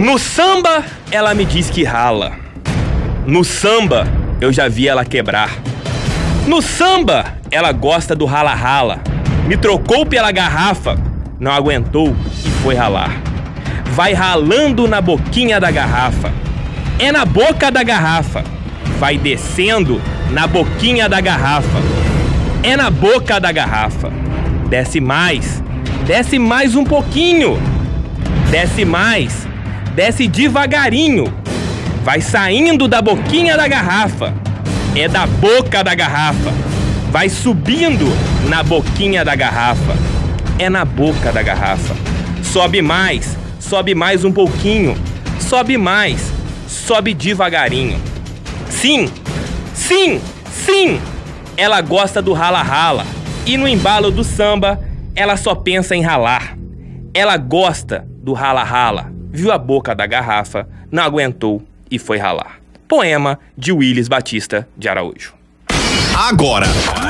No samba, ela me diz que rala. No samba, eu já vi ela quebrar. No samba, ela gosta do rala-rala. Me trocou pela garrafa, não aguentou e foi ralar. Vai ralando na boquinha da garrafa. É na boca da garrafa. Vai descendo na boquinha da garrafa. É na boca da garrafa. Desce mais um pouquinho. Desce mais, desce devagarinho. Vai saindo da boquinha da garrafa. É da boca da garrafa. Vai subindo na boquinha da garrafa. É na boca da garrafa. Sobe mais um pouquinho. Sobe mais, sobe devagarinho. Sim, sim, sim. Ela gosta do rala-rala. E no embalo do samba, ela só pensa em ralar. Ela gosta do rala-rala. Viu a boca da garrafa, não aguentou e foi ralar. Poema de Willis Batista de Araújo. Agora,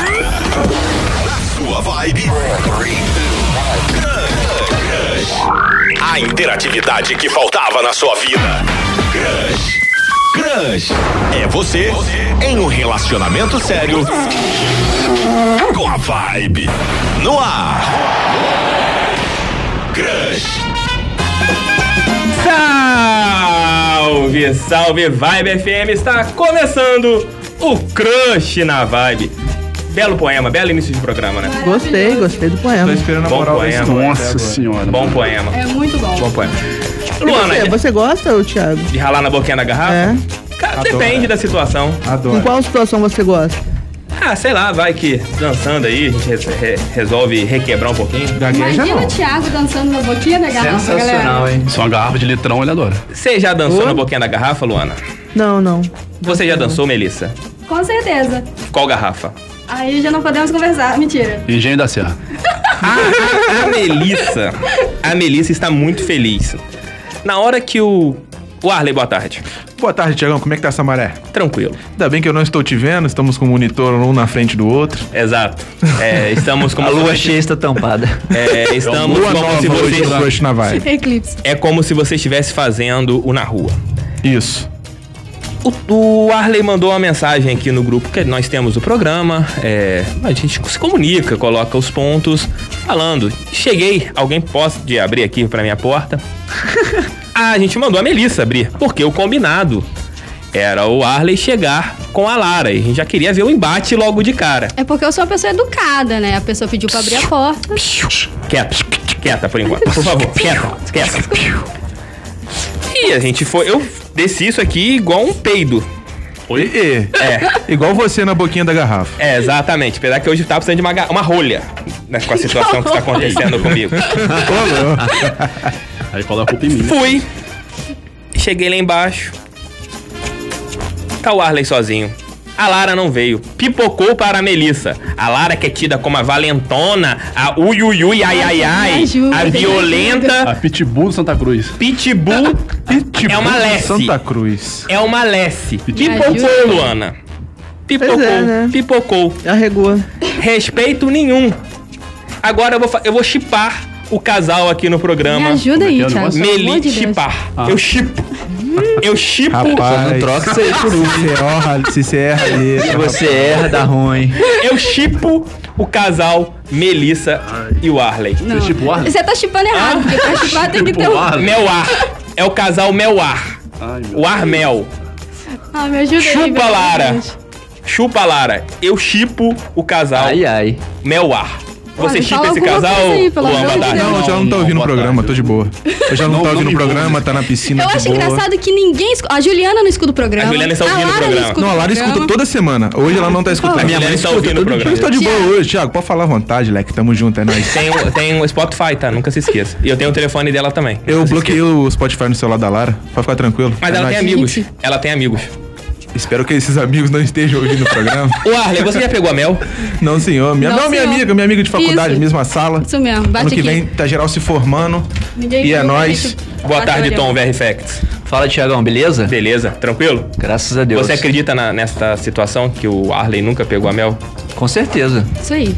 na sua vibe, a interatividade que faltava na sua vida. Crush é você em um relacionamento sério com a vibe no ar. Crush. Salve, salve, Vibe FM! Está começando o Crush na Vibe. Belo poema, belo início de programa, né? Gostei do poema. Tô esperando a Bom moral poema. desse Nossa senhora. Bom poema. É muito bom. Bom poema. E Luana, você gosta, Thiago? de ralar na boquinha da garrafa? É. Cara, Adoro. depende da situação. Em Adoro. qual situação você gosta? Ah, sei lá, vai que dançando aí, a gente resolve requebrar um pouquinho. Gagueja Imagina não. o Thiago dançando na boquinha da garrafa, Sensacional, galera. hein? Só uma garrafa de litrão, ele adora. Você já dançou na boquinha da garrafa, Luana? Não. Você já dançou, Melissa? Com certeza. Qual garrafa? Aí já não podemos conversar. Mentira. Engenho da Serra. A Melissa está muito feliz. Na hora que o Arley, boa tarde. Boa tarde, Tiagão. Como é que tá essa maré? Tranquilo. Ainda bem que eu não estou te vendo. Estamos com o monitor um na frente do outro. Exato. Estamos como A lua cheia está tampada. estamos Lua como se nova hoje você... no Crush na Vibe. Eclipse. É como se você estivesse fazendo o Na Rua. Isso. O Arley mandou uma mensagem aqui no grupo que nós temos o programa. A gente se comunica, coloca os pontos, falando. Cheguei, alguém pode abrir aqui pra minha porta? A gente mandou a Melissa abrir, porque o combinado era o Arley chegar com a Lara. E a gente já queria ver o embate logo de cara. É porque eu sou uma pessoa educada, né? A pessoa pediu pra abrir a porta. Quieta por enquanto, por favor, quieta. E a gente foi, eu desci isso aqui igual um peido. Igual você na boquinha da garrafa. Exatamente, apesar que hoje tá precisando de uma rolha, né, com a situação que está acontecendo comigo. Aí coloca a culpa em mim. Fui, cheguei lá embaixo, tá o Arley sozinho. A Lara não veio, pipocou para a Melissa. A Lara, que é tida como a valentona, a ui, ai, ajuda, a violenta, A Pitbull do Santa Cruz. pitbull, é uma Lessie. Santa Cruz. É uma Lessie. ajuda. Pipocou, Luana. Pipocou, Pois é, né? pipocou. Arregou. Respeito nenhum. Agora eu vou chipar o casal aqui no programa. Me ajuda aí, Como é que é o Thiago. Pelo amor Meli, de Deus. chipar. Eu chipo. Eu chipo. Rapaz, troca isso aí por um. se você erra ali. Se você erra, dá ruim. Eu chipo o casal Melissa e o Arley. Não. Você tipo o Arley? Você tá chipando errado, porque pra chipar tem que ter Tipo o um... Arley? Melar. É o casal Melar. Ai, meu O Armel. Ah, me ajuda aí, Chupa, pelo amor de Lara. Deus. Chupa, Lara. Eu chipo o casal Ai. Melar. Você Olha, chipa fala esse alguma casal, coisa aí, pelo Luan? amor Boa de tarde. Deus. Não, eu já não tô ouvindo o boa programa, tarde. tô de boa. Eu já não tô Não ouvindo o me programa, envolve. tá na piscina Eu de acho boa. engraçado que ninguém escuta. A Juliana não escuta o programa. A Juliana está ouvindo o Lara programa. não escuta Não, a Lara escuta toda semana. Hoje ela não tá escutando. A Juliana está ouvindo o Mas programa. tá de boa Thiago. hoje, Thiago. Pode falar à vontade, Leque. Tamo junto, é nóis. Tem um Spotify, tá? Nunca se esqueça. E eu tenho o telefone dela também. Eu Nunca se bloqueei o Spotify no celular da Lara. Pode ficar tranquilo. Mas É ela tem nóis. amigos. Gente. Ela tem amigos. Espero que esses amigos não estejam ouvindo o programa. O Arley, você já pegou a Mel? Não, senhor. Minha Não, minha senhor. amiga de faculdade, Isso. mesma sala. Isso mesmo, bate Ano que aqui. vem tá geral se formando. Ninguém E é escuta, nóis. gente. Boa Bate tarde, olhando. Tom VR Facts. Fala, Thiagão, beleza? Beleza? Tranquilo? Graças a Deus. Você acredita nessa situação que o Arley nunca pegou a Mel? Com certeza. Isso aí.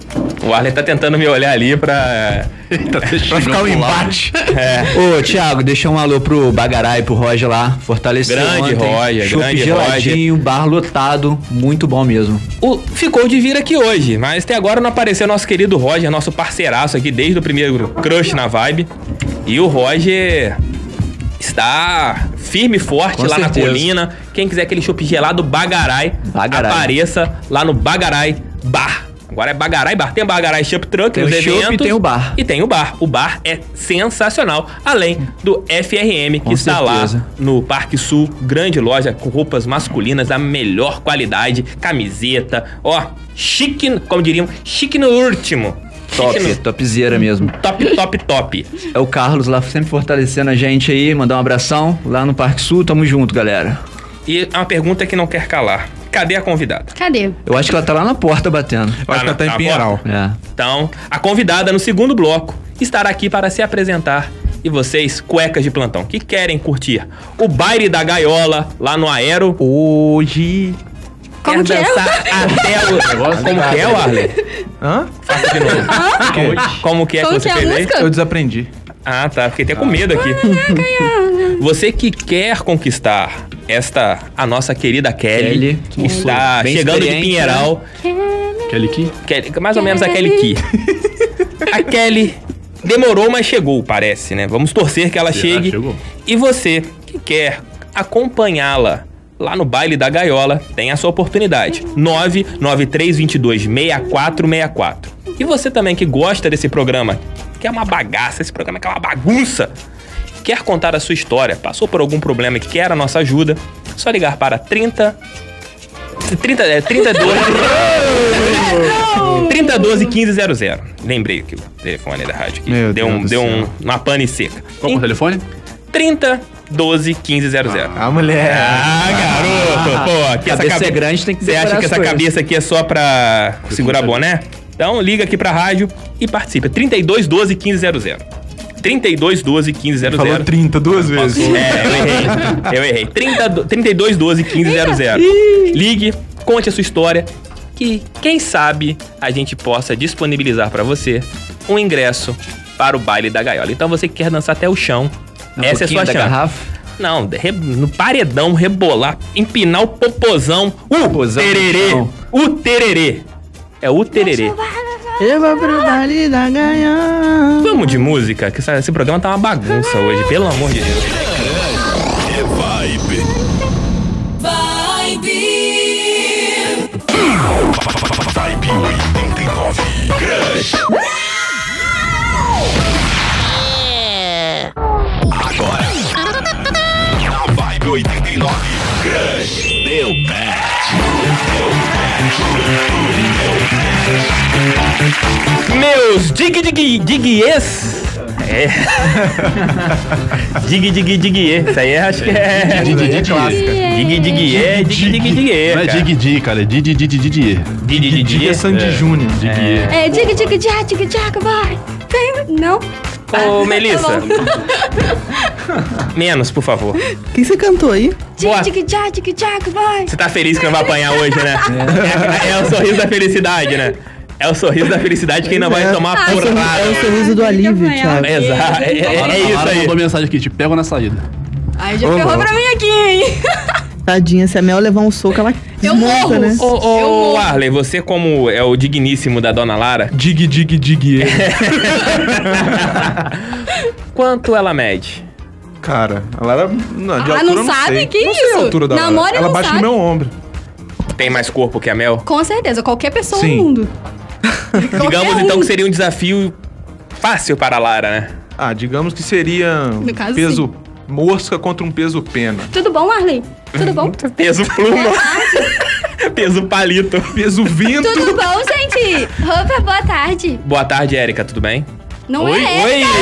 O Arley tá tentando me olhar ali pra ficar um embate. Ô, Thiago, deixa um alô pro Bagarai e pro Roger lá. Fortaleceu Grande ontem. Roger, Chopp grande geladinho, bar lotado. Muito bom mesmo. Ficou de vir aqui hoje, mas até agora não apareceu nosso querido Roger, nosso parceiraço aqui desde o primeiro Crush na Vibe. E o Roger está firme e forte Com lá certeza. na colina. Quem quiser aquele chopp gelado Bagarai, Bagarai. apareça lá no Bagarai Bar. Agora é Bagarai Bar. Tem o Bagarai Chopp Truck Tem nos o chopp eventos. e tem o bar. E tem o bar. O bar é sensacional. Além do FRM, que Com está certeza. lá no Parque Sul. Grande loja com roupas masculinas da melhor qualidade. Camiseta. Ó, chique, como diríamos, chique no último. Top, Chique topzera mesmo. top, top, top. É o Carlos lá sempre fortalecendo a gente aí. Mandar um abração lá no Parque Sul. Tamo junto, galera. E uma pergunta que não quer calar. Cadê a convidada? Cadê? Eu acho que ela tá lá na porta batendo. Eu acho que ela tá na em Pinheiral. É. Então, a convidada no segundo bloco estará aqui para se apresentar. E vocês, cuecas de plantão, que querem curtir o baile da gaiola lá no Aero. Hoje... Como que é? dançar até o... Como que é, Arley? Hã? Faça de novo. Como que é Como que você que é a fez aí? música? Eu desaprendi. Ah, tá. Fiquei até com medo aqui. Você que quer conquistar a nossa querida Kelly, que está bem chegando de experiente, Pinheiral. Kelly Key? Mais ou menos a Kelly Key. A Kelly demorou, mas chegou, parece, né? Vamos torcer que ela chegue. chegou? E você que quer acompanhá-la lá no baile da gaiola, tem a sua oportunidade. 993226464. E você também que gosta desse programa, que é uma bagaça, esse programa que é uma bagunça, quer contar a sua história, passou por algum problema e quer a nossa ajuda, só ligar para 3012 1500. Lembrei que o telefone da rádio aqui Meu deu Deus do céu. uma pane seca. Qual é o telefone? 3012 1500. Ah, mulher. Garoto! Pô, aqui essa Cabeça é grande, tem que Você acha decorar que as essa coisas. cabeça aqui é só pra segurar boné? Então liga aqui pra rádio e participa. 3212 1500. 3212 1500. Falou 30 duas vezes. Eu errei. 3212 1500. Ligue, conte a sua história, que quem sabe a gente possa disponibilizar pra você um ingresso para o baile da gaiola. Então você que quer dançar até o chão, essa é a sua da chance. garrafa? Não, no paredão, rebolar, empinar o popozão, Popozão no tererê, chão. o tererê. É o tererê. Eu vou pro baile da gaiola. Vamos de música, que esse programa tá uma bagunça hoje, pelo amor de Deus. É Vibe. Vibe 89. Crush. Agora. Na Vibe 89. Crush. Deu match. Meus dig-dig-dig-ies. É. Dig-dig-dig-ie. Isso aí acho que é... Dig-dig-ie, dig-dig-dig-ie. Não é dig-dig, cara, é dig-dig-dig-dig. Dig-dig-dig. É Sandy Júnior. É, diga, vai. Não? Ô, Melissa. Tá bom. Menos, por favor. O que você cantou aí? Boa. Diga, vai. Você tá feliz que não vai apanhar hoje, né? É o sorriso da felicidade, né? É o sorriso da felicidade que não vai tomar Ah, porrada. É o sorriso do alívio, Thiago. Exato. É isso aí. Mandou mensagem aqui, te pego na saída. Aí já ferrou pra mim aqui, hein? Tadinha, se a Mel levar um soco, ela Eu desmonta, morro. né? Ô, Arley, você como é o digníssimo da Dona Lara, Dig, dig, dig. quanto ela mede? Cara, ela era... Não, de Ah, altura não eu não sabe? sei. Que não sei a isso? altura da Namora e Ela não bate sabe. no meu ombro. Tem mais corpo que a Mel? Com certeza, qualquer pessoa Sim. no mundo. Digamos um. então que seria um desafio fácil para a Lara, né? Ah, digamos que seria No caso, peso mosca contra um peso pena. Tudo bom, Arley? Tudo bom? Peso pluma. Peso palito. Peso vento. Tudo bom, gente? Roupa, boa tarde. Boa tarde, Érica, tudo bem? Não Oi, é oi, essa?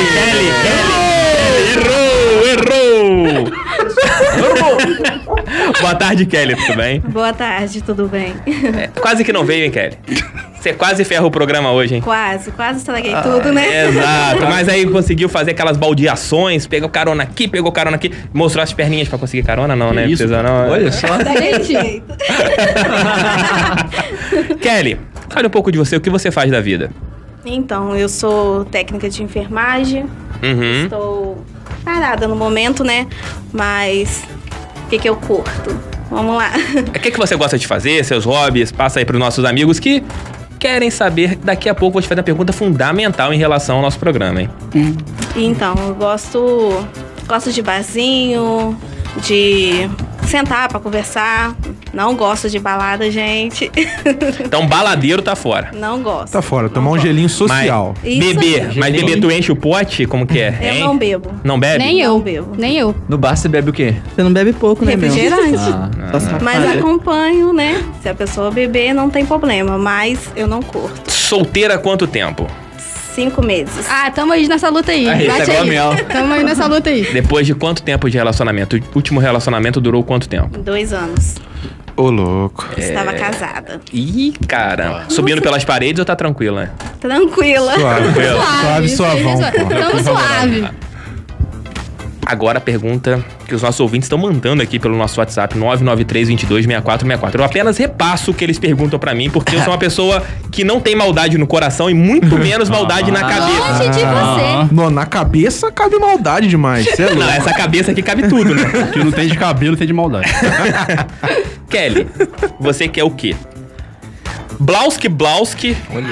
Kelly. Errou. Boa tarde, Kelly, tudo bem? Boa tarde, tudo bem? Quase que não veio, hein, Kelly? Você quase ferra o programa hoje, hein? Quase estraguei tudo, né? Exato, mas aí conseguiu fazer aquelas baldeações, pegou carona aqui, mostrou as perninhas pra conseguir carona, não, né? isso, Precisa não. Olha só. Gente, Kelly, Fale um pouco de você, o que você faz da vida? Então, eu sou técnica de enfermagem. Uhum. Estou parada no momento, né? Mas o que eu curto? Vamos lá. O que você gosta de fazer, seus hobbies? Passa aí pros nossos amigos que querem saber. Daqui a pouco eu vou te fazer uma pergunta fundamental em relação ao nosso programa, hein? Então, eu gosto de barzinho, de sentar pra conversar. Não gosto de balada, gente. Então, baladeiro tá fora. Não gosto. Tá fora, Não tomar um gosto. gelinho social. Isso Beber, aí. mas beber tu enche o pote? Como que é? Eu hein? não bebo. Não bebe? Nem eu. Não bebo. Nem eu. No bar você bebe o quê? Você não bebe pouco, né, meu? Refrigerante. Tá safado. Mas acompanho, né? Se a pessoa beber, não tem problema. Mas eu não curto. Solteira há quanto tempo? 5 meses. Ah, tamo aí nessa luta aí. Aí, tá Bate igual aí. a Mel. Tamo aí nessa luta aí. Depois de quanto tempo de relacionamento? O último relacionamento durou quanto tempo? 2 anos. Ô, louco. Estava casada. Ih, caramba. Subindo pelas paredes ou tá tranquilo, né? Tranquila. Suave. Suave, suavão, pô. Tamo suave. Agora a pergunta que os nossos ouvintes estão mandando aqui pelo nosso WhatsApp, 993-22-6464. Eu apenas repasso o que eles perguntam pra mim, porque eu sou uma pessoa que não tem maldade no coração e muito menos maldade na cabeça. Longe de você. Não, na cabeça cabe maldade demais. Cê é louco. Não, essa cabeça aqui cabe tudo, né? O que não tem de cabelo tem de maldade. Kelly, você quer o quê? Blauski,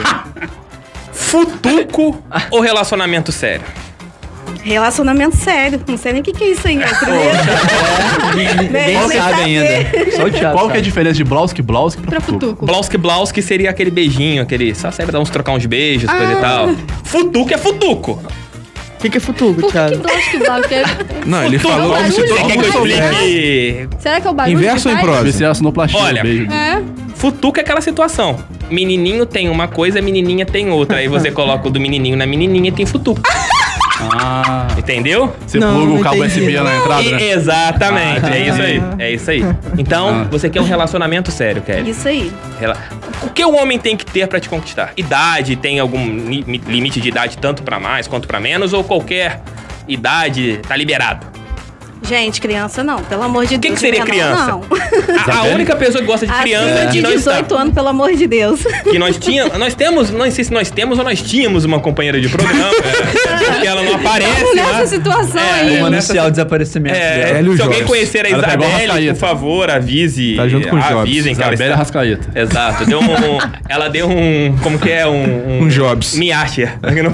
futuco ou relacionamento sério? Relacionamento sério. Não sei nem o que é isso aí. É o primeiro. Ninguém Nem sabe saber. ainda. Só o Thiago Qual que é a sabe. diferença de Blauski Pra futuco. Blauski seria aquele beijinho, aquele... Só serve dar uns trocar uns beijos, coisa e tal. Futuco é futuco. O que é futuco, Por que Thiago? que Blauski? Não, ele Futuco, falou como se barulho. todo Você quer que mundo eu soubesse. explique? Será que é o barulho Inverso ou que em faz? prosa? Vê se é sonoplastia. Olha. Beijo. É. Futuco é aquela situação. Menininho tem uma coisa, menininha tem outra. Aí você coloca o do menininho na menininha e tem futuco. Ah, Entendeu? você Não, pluga não o cabo entendi. USB na entrada, né? Exatamente, Ah, é isso aí. É isso aí. Então, você quer um relacionamento sério, Kelly. Isso aí. O que o homem tem que ter pra te conquistar? Idade, tem algum limite de idade tanto pra mais quanto pra menos? Ou qualquer idade tá liberado? Gente, criança não. Pelo amor de O que Deus. seria menor, criança? Não. A única pessoa que gosta de criança Acima de que não 18 está. anos, pelo amor de Deus. Que nós tínhamos, não sei se nós temos ou nós tínhamos uma companheira de programa, porque ela não aparece, Nessa né? situação É, aí. Vamos anunciar o desaparecimento dela. Hélio se alguém Jorge. conhecer a Ela pegou a Isabelle, Arrascaeta. por favor, avise. Tá junto com o Jobs. Avisem que ela Isabelle está... Arrascaeta. Exato. Ela deu um... Como que é? Um Jobs. Miacha.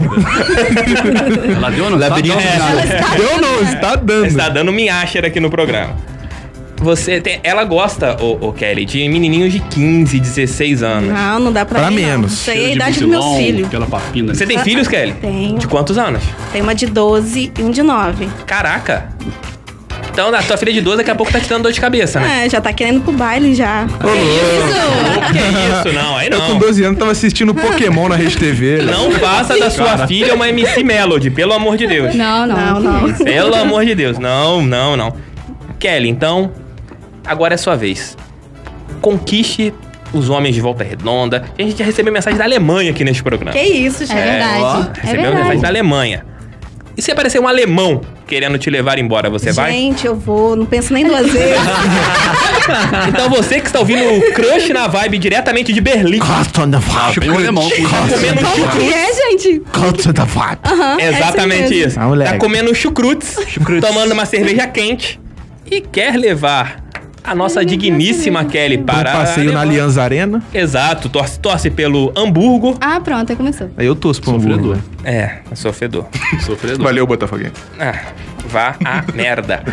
Ela deu ou não? Labirinto Tá dando. Eu não, está dando. Está dando miacha aqui no programa. Ela gosta, ô Kelly, de menininhos de 15, 16 anos. Não dá pra Pra mim, não. menos. Isso aí é a Cheiro de idade dos meus bucilão, filhos. Aquela papina. Você tem filhos, Kelly? Tenho. De quantos anos? Tem uma de 12 e um de 9. Caraca. Então, a tua filha de 12 daqui a pouco tá te dando dor de cabeça, né? É, já tá querendo ir pro baile já. O que é isso? Não, aí Eu com não. 12 anos tava assistindo Pokémon na Rede TV. Não faça da sua filha uma MC Melody, pelo amor de Deus. Não. Pelo amor de Deus. Não. Kelly, então, agora é sua vez. Conquiste os homens de Volta Redonda. A gente já recebeu mensagem da Alemanha aqui neste programa. Que isso, É gente. verdade. É Recebeu mensagem da verdade. Alemanha. E se aparecer um alemão querendo te levar embora, você vai? Gente, eu vou. Não penso nem 2 vezes. Então você que está ouvindo o Crush na Vibe diretamente de Berlim, Bem o alemão. comendo Como chucrutes. que é, gente? Aham, é Exatamente assim mesmo. isso. Ah, moleque. Tá comendo chucrutes, tomando uma cerveja quente e quer levar a nossa digníssima Kelly para... Passeio na Allianz Arena. Exato, torce pelo Hamburgo. Ah, pronto, aí começou. Aí eu torço pro Sofredor. Hamburgo. É, sofredor. Sofredor. Valeu, Botafoguense. Ah, vá a merda.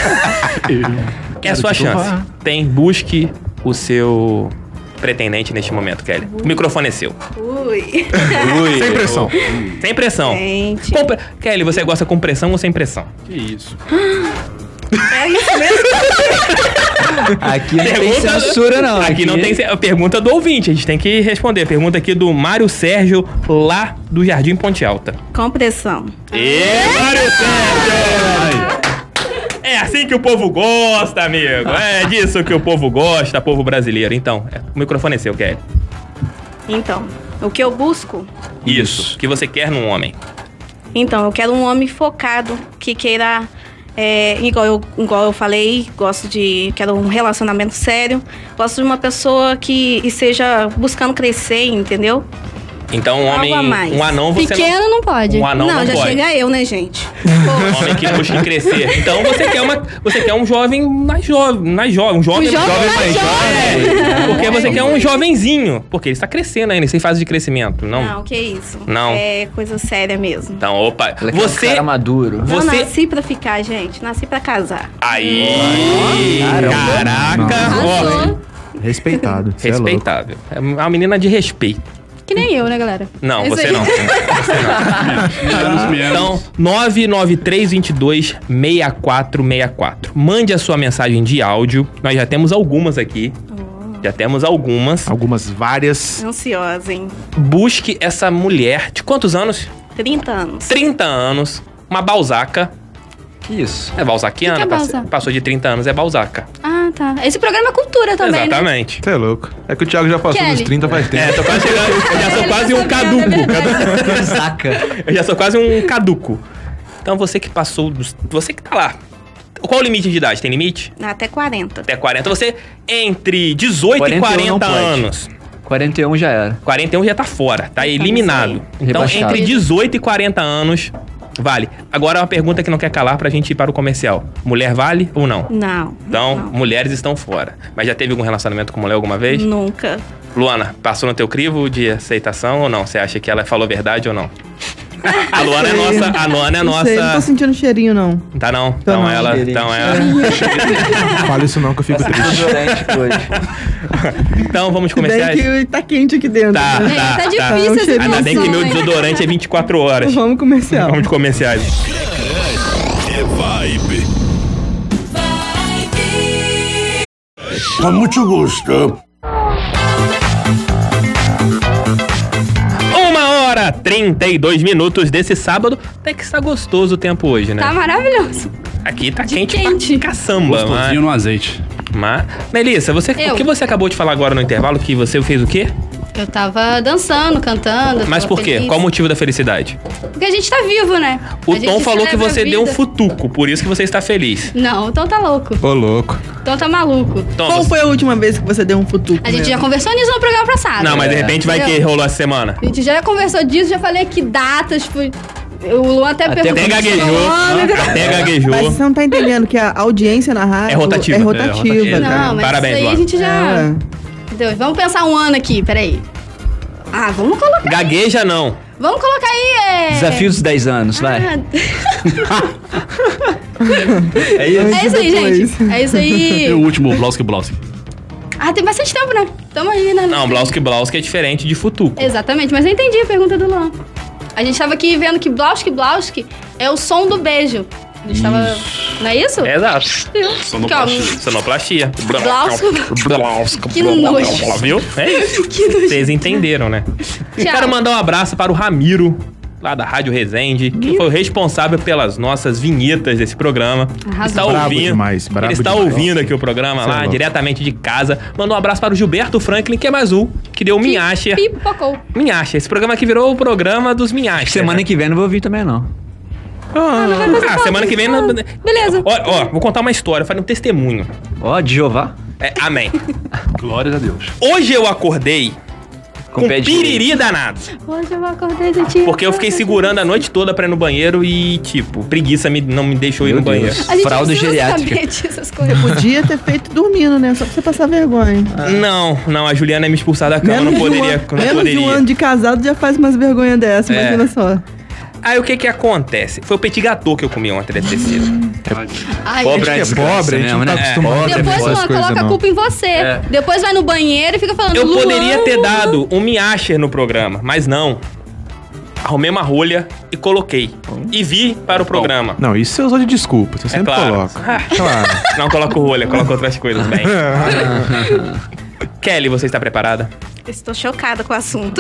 É a sua te chance. louvar. Busque o seu pretendente neste momento, Kelly. O microfone é seu. Ui. Sem pressão. Sem pressão. Gente. Kelly, você gosta com pressão ou sem pressão? Que isso. É isso mesmo. Aqui não tem censura, não. Aqui não tem a pergunta do ouvinte, a gente tem que responder. Pergunta aqui do Mário Sérgio, lá do Jardim Ponte Alta. Com pressão. Mário Sérgio! É assim que o povo gosta, amigo. É disso que o povo gosta, povo brasileiro. Então, o microfone é seu, Kelly. Então, o que eu busco? Isso. O que você quer num homem? Então, eu quero um homem focado, que queira Igual eu falei, quero um relacionamento sério. Gosto de uma pessoa que esteja buscando crescer, entendeu? Então, um homem, Algo a mais. um anão você Pequeno não pode. Um anão não já pode. chega eu, né, gente? Um homem que busca crescer. Então, você quer um jovem mais jovem, um jovem O jovem mais mais jovem. Porque você quer um jovenzinho. Porque ele está crescendo ainda, sem fase de crescimento. Não. Que isso. Não. É coisa séria mesmo. Então, opa. Ela quer um cara maduro. Não Você. nasci pra ficar, gente. Nasci pra casar. Aí. Caramba. Caraca. Ó, Arrasou. Respeitado. Cê é louco. respeitável. É uma menina de respeito. Que nem eu, né, galera? Não, É isso você aí. não. Então, 993226464. Mande a sua mensagem de áudio. Nós já temos algumas aqui. Já temos algumas. Algumas várias. Ansiosa, hein? Busque essa mulher de quantos anos? 30 anos. 30 anos. Uma balzaca. Que isso? É balzaquiana? Que é balzaca? Passou de 30 anos, é balzaca. Ah, tá. Esse programa é cultura também, né? Exatamente. Você é louco. É que o Thiago já passou Kelly. dos 30 faz tempo. É, tô quase chegando. Eu já sou Ele quase tá um sabendo, é caduco. verdade. Saca. Eu já sou quase um caduco. Então você que passou dos. Você que tá lá. Qual o limite de idade? Tem limite? Até 40. Até 40. Você entre 18 e 41 não 40 pode. anos. 41 já era. 41 já tá fora, tá eliminado. Então, Rebaixado. entre 18 e 40 anos, vale. Agora uma pergunta que não quer calar pra gente ir para o comercial. Mulher vale ou não? Não. Então, não. mulheres estão fora. Mas já teve algum relacionamento com mulher alguma vez? Nunca. Luana, passou no teu crivo de aceitação ou não? Você acha que ela falou verdade ou não? A Luana é nossa. A Luana é Não sei, não tô nossa. sentindo cheirinho, não. Tá não? Então não. ela. Então ela. Fala isso não, que eu fico triste. Desodorante hoje. Então vamos Se bem começar. que tá quente aqui dentro. Tá, né? Gente, tá tá. difícil essa Ainda bem que meu emoção, hein? desodorante é 24 horas. Vamos comercial. Vamos de comerciais. É vibe. Com muito gosto. 1h32 desse sábado. Até que está gostoso o tempo hoje, né? Tá maravilhoso. Aqui tá De quente, quente. pra caçamba. Gostosinho no azeite. Mas... Melissa, o Eu. que você acabou de falar agora no intervalo? Que você fez o quê? Eu tava dançando, cantando. Mas tava por quê? feliz. Qual o motivo da felicidade? Porque a gente tá vivo, né? O A gente Tom falou que celebra você a deu um vida. futuco, por isso que você está feliz. Não, o Tom tá louco. Ô, louco. O Tom tá maluco. Tom, Qual você- foi a última vez que você deu um futuco? A gente mesmo? já conversou nisso no programa passado. Não, mas de repente vai que Entendeu? rolou essa semana. A gente já conversou disso, já falei que datas. O Luan até perguntou. Até gaguejou. Até gaguejou. Mas você não tá entendendo que a audiência na rádio É rotativa. É rotativa, É rotativa. cara. Não, mas Parabéns, isso aí Luan. a gente já... É. Entendeu? Vamos pensar um ano aqui, peraí. Ah, vamos colocar. Gagueja não. Vamos colocar aí. Desafio dos 10 anos, vai. É isso aí, Depois. gente. É isso aí. E o último, Blauski. Ah, tem bastante tempo, né? Tamo aí, né? Não, Blauski é diferente de futuco. Exatamente, mas eu entendi a pergunta do Luan. A gente tava aqui vendo que Blauski é o som do beijo. A gente tava... Não é isso? Exato. Viu? Sonoplastia. Aqui, Sonoplastia. Blauski. Que nojo. Viu? É isso. Que nojo. Vocês entenderam, né? Tchau. Quero mandar um abraço para o Ramiro, lá da Rádio Resende, que foi o responsável pelas nossas vinhetas desse programa. Arrasou. Está Brabo ouvindo. demais, brabo Ele está demais. ouvindo aqui o programa Cê é lá, louco. diretamente de casa. Mandou um abraço para o Gilberto Franklin, que é mais um, que deu o Minhacher. Pipocou. Minhacher. Esse programa aqui virou o programa dos Minhacher. Semana que vem não vou vir também, não. Ah, semana que vem... Beleza. Ó, vou contar uma história, fazer um testemunho. Ó, de Jeová. Amém. Glórias a Deus. Hoje eu acordei com pé direito. piriri danado. Hoje eu acordei do dia. Porque eu fiquei segurando a noite toda pra ir no banheiro e, tipo, preguiça não me deixou ir Meu no banheiro. Deus. A gente Fralda precisa geriátrica. saber dessas coisas. Podia ter feito dormindo, né? Só pra você passar vergonha. Não, a Juliana ia me expulsar da cama, não poderia. Não menos de poderia. um ano de casado já faz umas vergonhas dessa, É. imagina só. Aí o que acontece? Foi o petit gâteau que eu comi ontem, deve ter sido. Ai, Pobre ai. é pobre, a gente não tá né? acostumado a Depois, essas Luan, coisas, coloca a não. culpa em você. Depois vai no banheiro e fica falando... Eu Luan, poderia ter Luan. dado um Minhacher no programa, mas não. Arrumei uma rolha e coloquei. E vi para o programa. Não, isso você usou de desculpa, você sempre claro. coloca. Ah. Claro. Não coloco rolha, coloco outras coisas, bem. Kelly, você está preparada? Estou chocada com o assunto.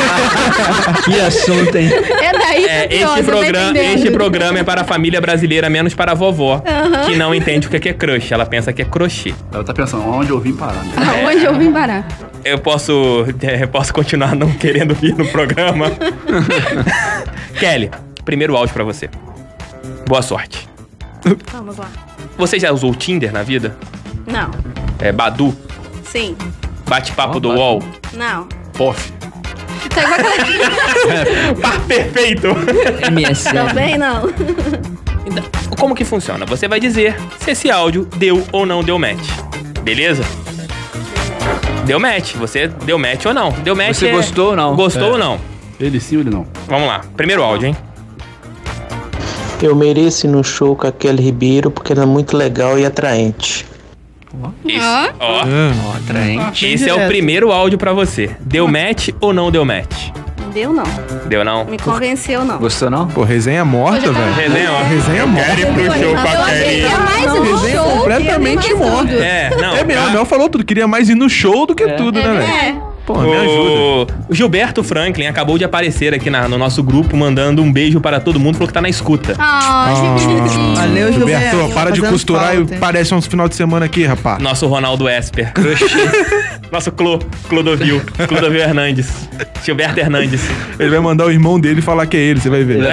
Que assunto, hein? É daí É, que pior, este programa é para a família brasileira, menos para a vovó, que não entende o que é crush. Ela pensa que é crochê. Ela tá pensando, onde eu vim parar? Né? Aonde eu vim parar? Eu posso continuar não querendo vir no programa? Kelly, primeiro áudio pra você. Boa sorte. Vamos lá. Você já usou o Tinder na vida? Não. Badu? Sim. Bate-papo do UOL? Não. Pof. Tá igual aquela... Par perfeito! MSN. Também não. Então, como que funciona? Você vai dizer se esse áudio deu ou não deu match. Beleza? Deu match. Você deu match ou não. Deu match. Você gostou ou não? Gostou ou não? Ele sim ou ele não? Vamos lá. Primeiro áudio, hein? Eu mereço ir no show com a Kelly Ribeiro porque ela é muito legal e atraente. Esse, Ah. ó. Ó, atraente. Esse é o primeiro áudio pra você. Deu match ou não deu match? Deu não. Deu não? Me convenceu não. Gostou, não? Pô, resenha morta, velho. Resenha, ó. Resenha morta. Quero ir pro show com Eu a achei que Kelly. era mais Não, um resenha show. completamente morta. Não. É mesmo, a Mel falou tudo. Queria mais ir no show do que tudo, né, velho? É. Pô, me ajuda. O Gilberto Franklin acabou de aparecer aqui no nosso grupo, mandando um beijo para todo mundo, falou que tá na escuta. Ah, que bonitinho. Valeu, Gilberto, para de Fazendo costurar falta. e parece uns final de semana aqui, rapaz. Nosso Ronaldo Esper. Nosso Clodovil Hernandes. Gilberto Hernandes. Ele vai mandar o irmão dele falar que é ele, você vai ver.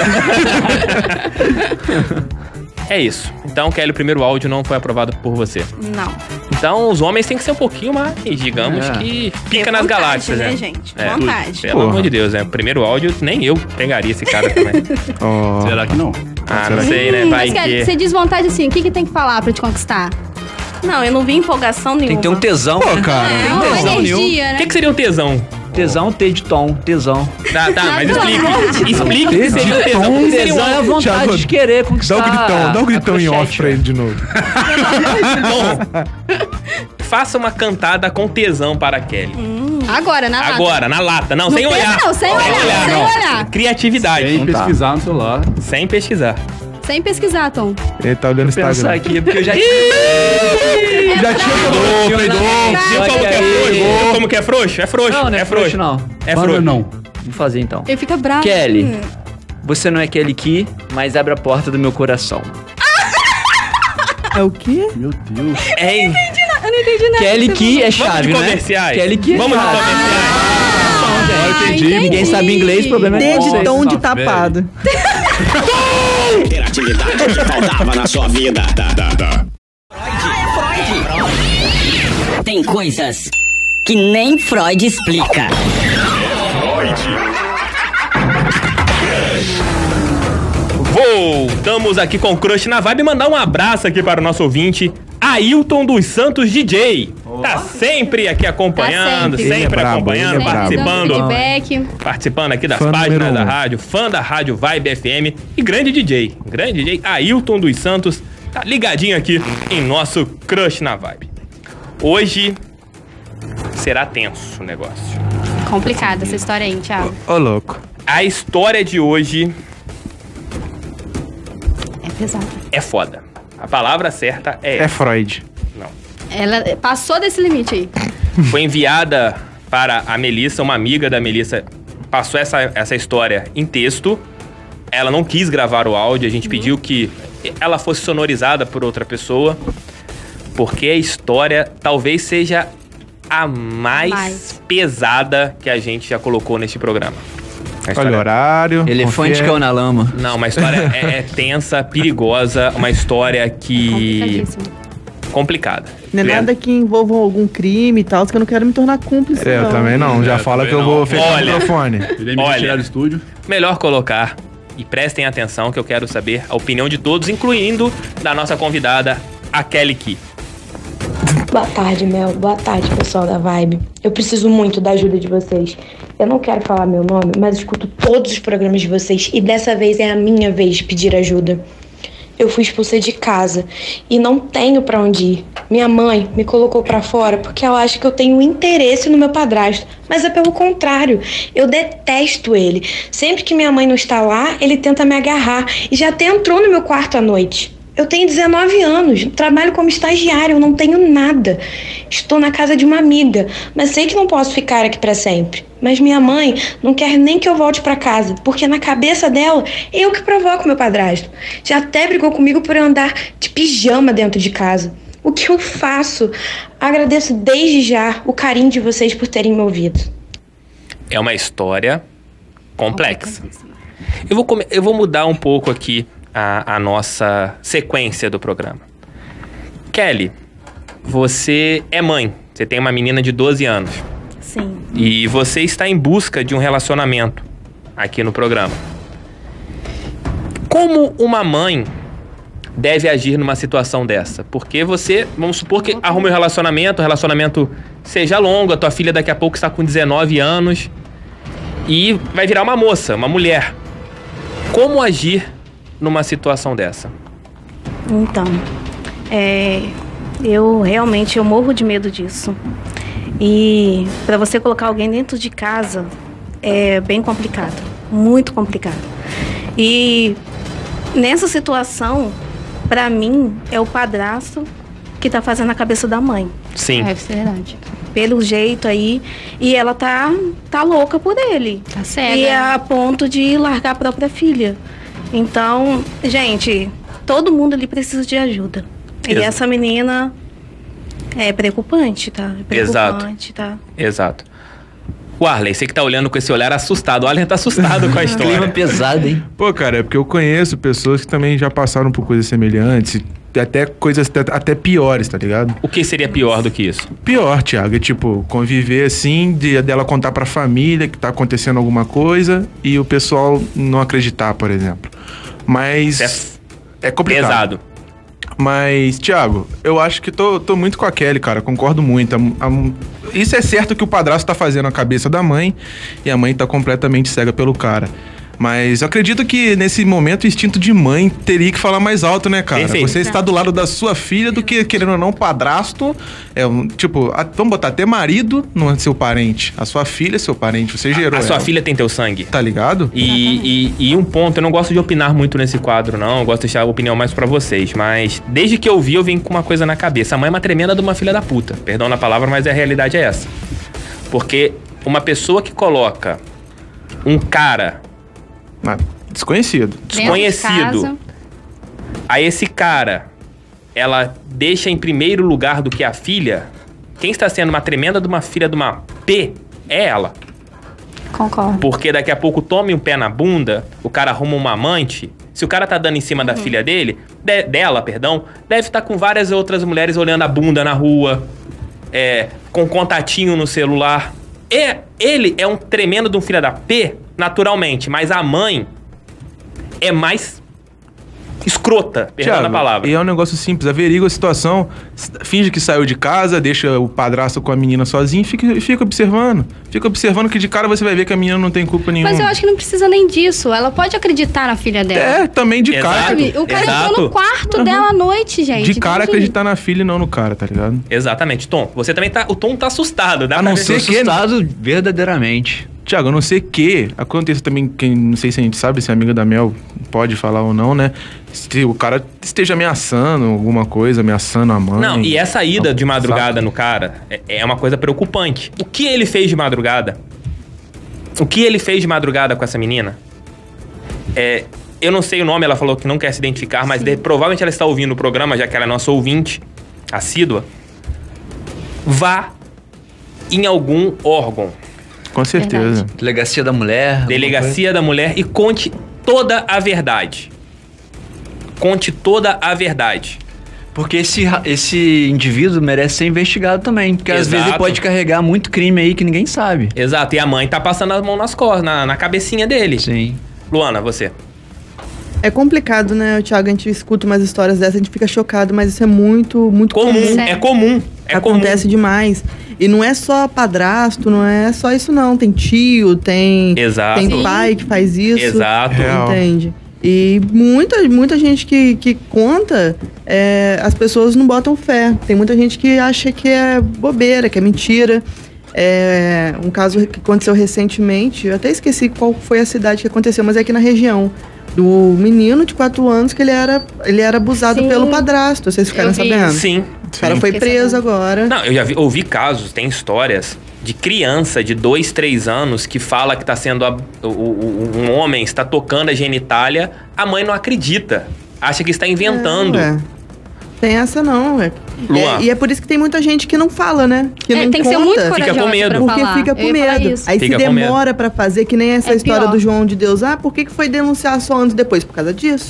É isso. Então, Kelly, o primeiro áudio não foi aprovado por você. Não. Então, os homens têm que ser um pouquinho mais, digamos, que pica Ter nas vontade, galáxias, né? gente? É. Vontade. Pelo Porra. amor de Deus, né? O primeiro áudio, nem eu pegaria esse cara também. Ó. Será que não? Ah, não sei, né? Vai Mas, Kelly, que... você diz vontade assim, o que tem que falar pra te conquistar? Não, eu não vi empolgação nenhuma. Tem que ter um tesão. Pô, né? cara. É, uma tesão nenhum. energia, O né? que seria um tesão? Tesão, T de tom. Tesão. Tá, mas Pelo explique. amor de Deus. Explique o que seria um tesão. O que seria um Tesão é a vontade Thiago, de querer conquistar. Dá um gritão em a off pra ele de novo. Bom, faça uma cantada com tesão para a Kelly. Agora, na lata. Agora, na lata. Não, sem tem- olhar. não, sem olhar, sem olhar. Criatividade. Sem tá. pesquisar no celular. Sem pesquisar. Sem pesquisar, Tom. Ele tá olhando o Pensar Instagram. aqui, porque eu já Já tinha Peidou. Viu como que é frouxo? Viu como que é frouxo? É frouxo. Não, não é frouxo, não. É Banda frouxo. não. Vamos fazer então. Ele fica bravo. Kelly, você não é Kelly Key, mas abre a porta do meu coração. É o quê? Meu Deus. É, Eu não entendi nada. Kelly que você Key é Vamos chave, de né? comerciais. Kelly Key é Vamos de chave. comerciais. Entendi. Ninguém sabe inglês, o problema é T de de vocês. tom de Nossa, tapado. Interatividade que faltava na sua vida. Tem coisas que nem Freud explica. Voltamos aqui com o Crush na Vibe. Mandar um abraço aqui para o nosso ouvinte, Ailton dos Santos DJ. Tá sempre aqui acompanhando, Tá sempre. Ele é sempre brabo, acompanhando, ele é brabo. participando. Dando feedback. Participando aqui das Fã páginas número da 1. rádio, fã da rádio Vibe FM e grande DJ Ailton dos Santos, tá ligadinho aqui em nosso Crush na Vibe. Hoje será tenso o negócio. Complicada essa história aí, Thiago. Ô, louco. A história de hoje É pesada. é foda. A palavra certa é É Freud. não. Ela passou desse limite aí. Foi enviada para a Melissa, uma amiga da Melissa passou essa história em texto. Ela não quis gravar o áudio, a gente pediu que ela fosse sonorizada por outra pessoa, porque a história talvez seja a mais pesada que a gente já colocou neste programa. A Olha história- o horário. Elefante confia. caiu na lama. Não, uma história é tensa, perigosa, uma história que... Complicadíssimo. complicada. Não é nada que envolva algum crime e tal, que eu não quero me tornar cúmplice. Eu também não. Já É, fala também que eu não. vou fechar o Olha. microfone. Ele me Olha. tirar do estúdio. Melhor colocar, e prestem atenção que eu quero saber a opinião de todos, incluindo da nossa convidada, a Kelly Key. Boa tarde, Mel. Boa tarde, pessoal da Vibe. Eu preciso muito da ajuda de vocês. Eu não quero falar meu nome, mas escuto todos os programas de vocês e dessa vez é a minha vez de pedir ajuda. Eu fui expulsa de casa e não tenho pra onde ir. Minha mãe me colocou pra fora porque ela acha que eu tenho interesse no meu padrasto, mas é pelo contrário. Eu detesto ele. Sempre que minha mãe não está lá, ele tenta me agarrar e já até entrou no meu quarto à noite. Eu tenho 19 anos, trabalho como estagiário, eu não tenho nada. Estou na casa de uma amiga, mas sei que não posso ficar aqui para sempre. Mas minha mãe não quer nem que eu volte para casa, porque na cabeça dela, eu que provoco meu padrasto. Já até brigou comigo por eu andar de pijama dentro de casa. O que eu faço? Agradeço desde já o carinho de vocês por terem me ouvido. É uma história complexa. Eu vou mudar um pouco aqui a nossa sequência do programa. Kelly, você é mãe. Você tem uma menina de 12 anos. Sim. E você está em busca de um relacionamento aqui no programa. Como uma mãe deve agir numa situação dessa? Porque você, vamos supor que arrume um relacionamento, o relacionamento seja longo, a tua filha daqui a pouco está com 19 anos e vai virar uma moça, uma mulher. Como agir numa situação dessa? Então, eu morro de medo disso. E para você colocar alguém dentro de casa é bem complicado, muito complicado. E nessa situação, para mim, é o padrasto que tá fazendo a cabeça da mãe. Sim. Deve ser verdade. Pelo jeito aí, e ela tá louca por ele. Tá cega. E é a ponto de largar a própria filha. Então, gente, todo mundo ali precisa de ajuda. E essa menina é preocupante, tá? É preocupante, tá? Exato. O Arley, você que tá olhando com esse olhar assustado. O Arley tá assustado com a história. Clima pesado, hein? Pô, cara, é porque eu conheço pessoas que também já passaram por coisas semelhantes, até coisas até piores, tá ligado? O que seria pior do que isso? Pior, Thiago, é tipo, conviver assim, dela contar pra família que tá acontecendo alguma coisa e o pessoal não acreditar, por exemplo. Mas é complicado. Pesado. Mas, Thiago, eu acho que tô muito com a Kelly, cara. Concordo muito. Isso é certo que o padrasto tá fazendo a cabeça da mãe e a mãe tá completamente cega pelo cara. Mas eu acredito que nesse momento o instinto de mãe teria que falar mais alto, né, cara? Perfeito. Você está do lado da sua filha do que, querendo ou não, padrasto. Vamos botar até marido não é seu parente. A sua filha é seu parente. Você gerou A sua ela. filha tem teu sangue. Tá ligado? E um ponto, eu não gosto de opinar muito nesse quadro, não. Eu gosto de deixar a opinião mais pra vocês. Mas desde que eu vim com uma coisa na cabeça. A mãe é uma tremenda de uma filha da puta. Perdão na palavra, mas a realidade é essa. Porque uma pessoa que coloca um cara... Desconhecido. A esse cara, ela deixa em primeiro lugar do que a filha. Quem está sendo uma tremenda de uma filha de uma P é ela. Concordo. Porque daqui a pouco tome um pé na bunda, o cara arruma uma amante. Se o cara tá dando em cima da filha dele, dela, deve estar com várias outras mulheres olhando a bunda na rua, com contatinho no celular. Ele é um tremendo de um filho da P, naturalmente, mas a mãe é mais escrota, perdão a palavra. E é um negócio simples, averigua a situação, finge que saiu de casa, deixa o padrasto com a menina sozinho e fica observando. Fica observando que de cara você vai ver que a menina não tem culpa nenhuma. Mas eu acho que não precisa nem disso. Ela pode acreditar na filha dela. Também de cara. Sabe? O cara entrou no quarto dela à noite, gente. De cara acreditar na filha e não no cara, tá ligado? Exatamente. Tom, você também tá... O Tom tá assustado. Dá a não ser que... assustado verdadeiramente. Thiago, a não ser que aconteça também, não sei se a gente sabe, se a amiga da Mel pode falar ou não, né? Se o cara esteja ameaçando alguma coisa, ameaçando a mãe. Não, e essa ida de madrugada no cara é uma coisa preocupante. O que ele fez de madrugada? O que ele fez de madrugada com essa menina? Eu não sei o nome, ela falou que não quer se identificar, mas provavelmente ela está ouvindo o programa, já que ela é nossa ouvinte assídua. Vá em algum órgão. Com certeza. Verdade. Delegacia da Mulher. Delegacia da Mulher e conte toda a verdade. Conte toda a verdade. Porque esse indivíduo merece ser investigado também. Porque às vezes ele pode carregar muito crime aí que ninguém sabe. Exato. E a mãe tá passando a mão nas costas, na cabecinha dele. Sim. Luana, você. É complicado, né, Thiago? A gente escuta umas histórias dessas, a gente fica chocado, mas isso é muito comum. É comum. Acontece demais. E não é só padrasto, não é só isso não. Tem tio, tem pai que faz isso. Exato. Entende? E muita gente que conta, as pessoas não botam fé. Tem muita gente que acha que é bobeira, que é mentira. Um caso que aconteceu recentemente, eu até esqueci qual foi a cidade que aconteceu, mas é aqui na região. Do menino de 4 anos que ele era abusado pelo padrasto. Vocês ficaram sabendo? Sim. O cara foi preso agora. Não, eu já ouvi casos, tem histórias de criança de 2, 3 anos que fala que tá sendo um homem está tocando a genitália, a mãe não acredita, acha que está inventando. Tem essa não, e é por isso que tem muita gente que não fala, né? Que não tem conta. Que ser muito corajosa fica com medo. Porque fica com medo. Aí fica se demora pra fazer, que nem essa história do João de Deus. Por que foi denunciar só anos depois? Por causa disso.